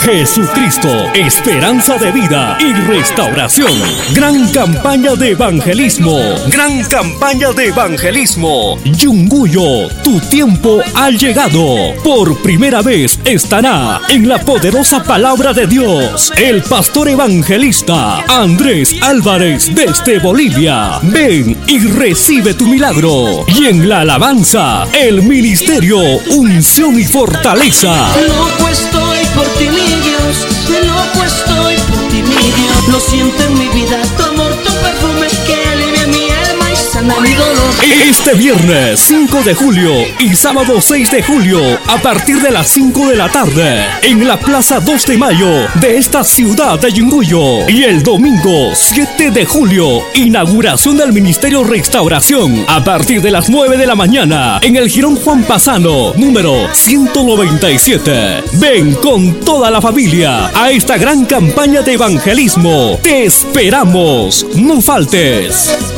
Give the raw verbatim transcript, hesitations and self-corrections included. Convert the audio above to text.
Jesucristo, esperanza de vida y restauración. Gran campaña de evangelismo. Gran campaña de evangelismo. Yunguyo, tu tiempo ha llegado. Por primera vez estará en la poderosa palabra de Dios el pastor evangelista Andrés Álvarez desde Bolivia. Ven y recibe tu milagro. Y en la alabanza, el ministerio Unción y Fortaleza. Loco estoy por ti, mi Dios, loco estoy por ti, mi Dios. Lo siento en mi vida, tu amor, tu perfume que alivia mi alma y sana mi dolor. Este viernes cinco de julio y sábado seis de julio a partir de las cinco de la tarde en la Plaza dos de Mayo de esta ciudad de Yunguyo. Y el domingo siete de julio, inauguración del Ministerio Restauración a partir de las nueve de la mañana en el Jirón Juan Pasano, número ciento noventa y siete. Ven con toda la familia a esta gran campaña de evangelismo. Te esperamos, no faltes.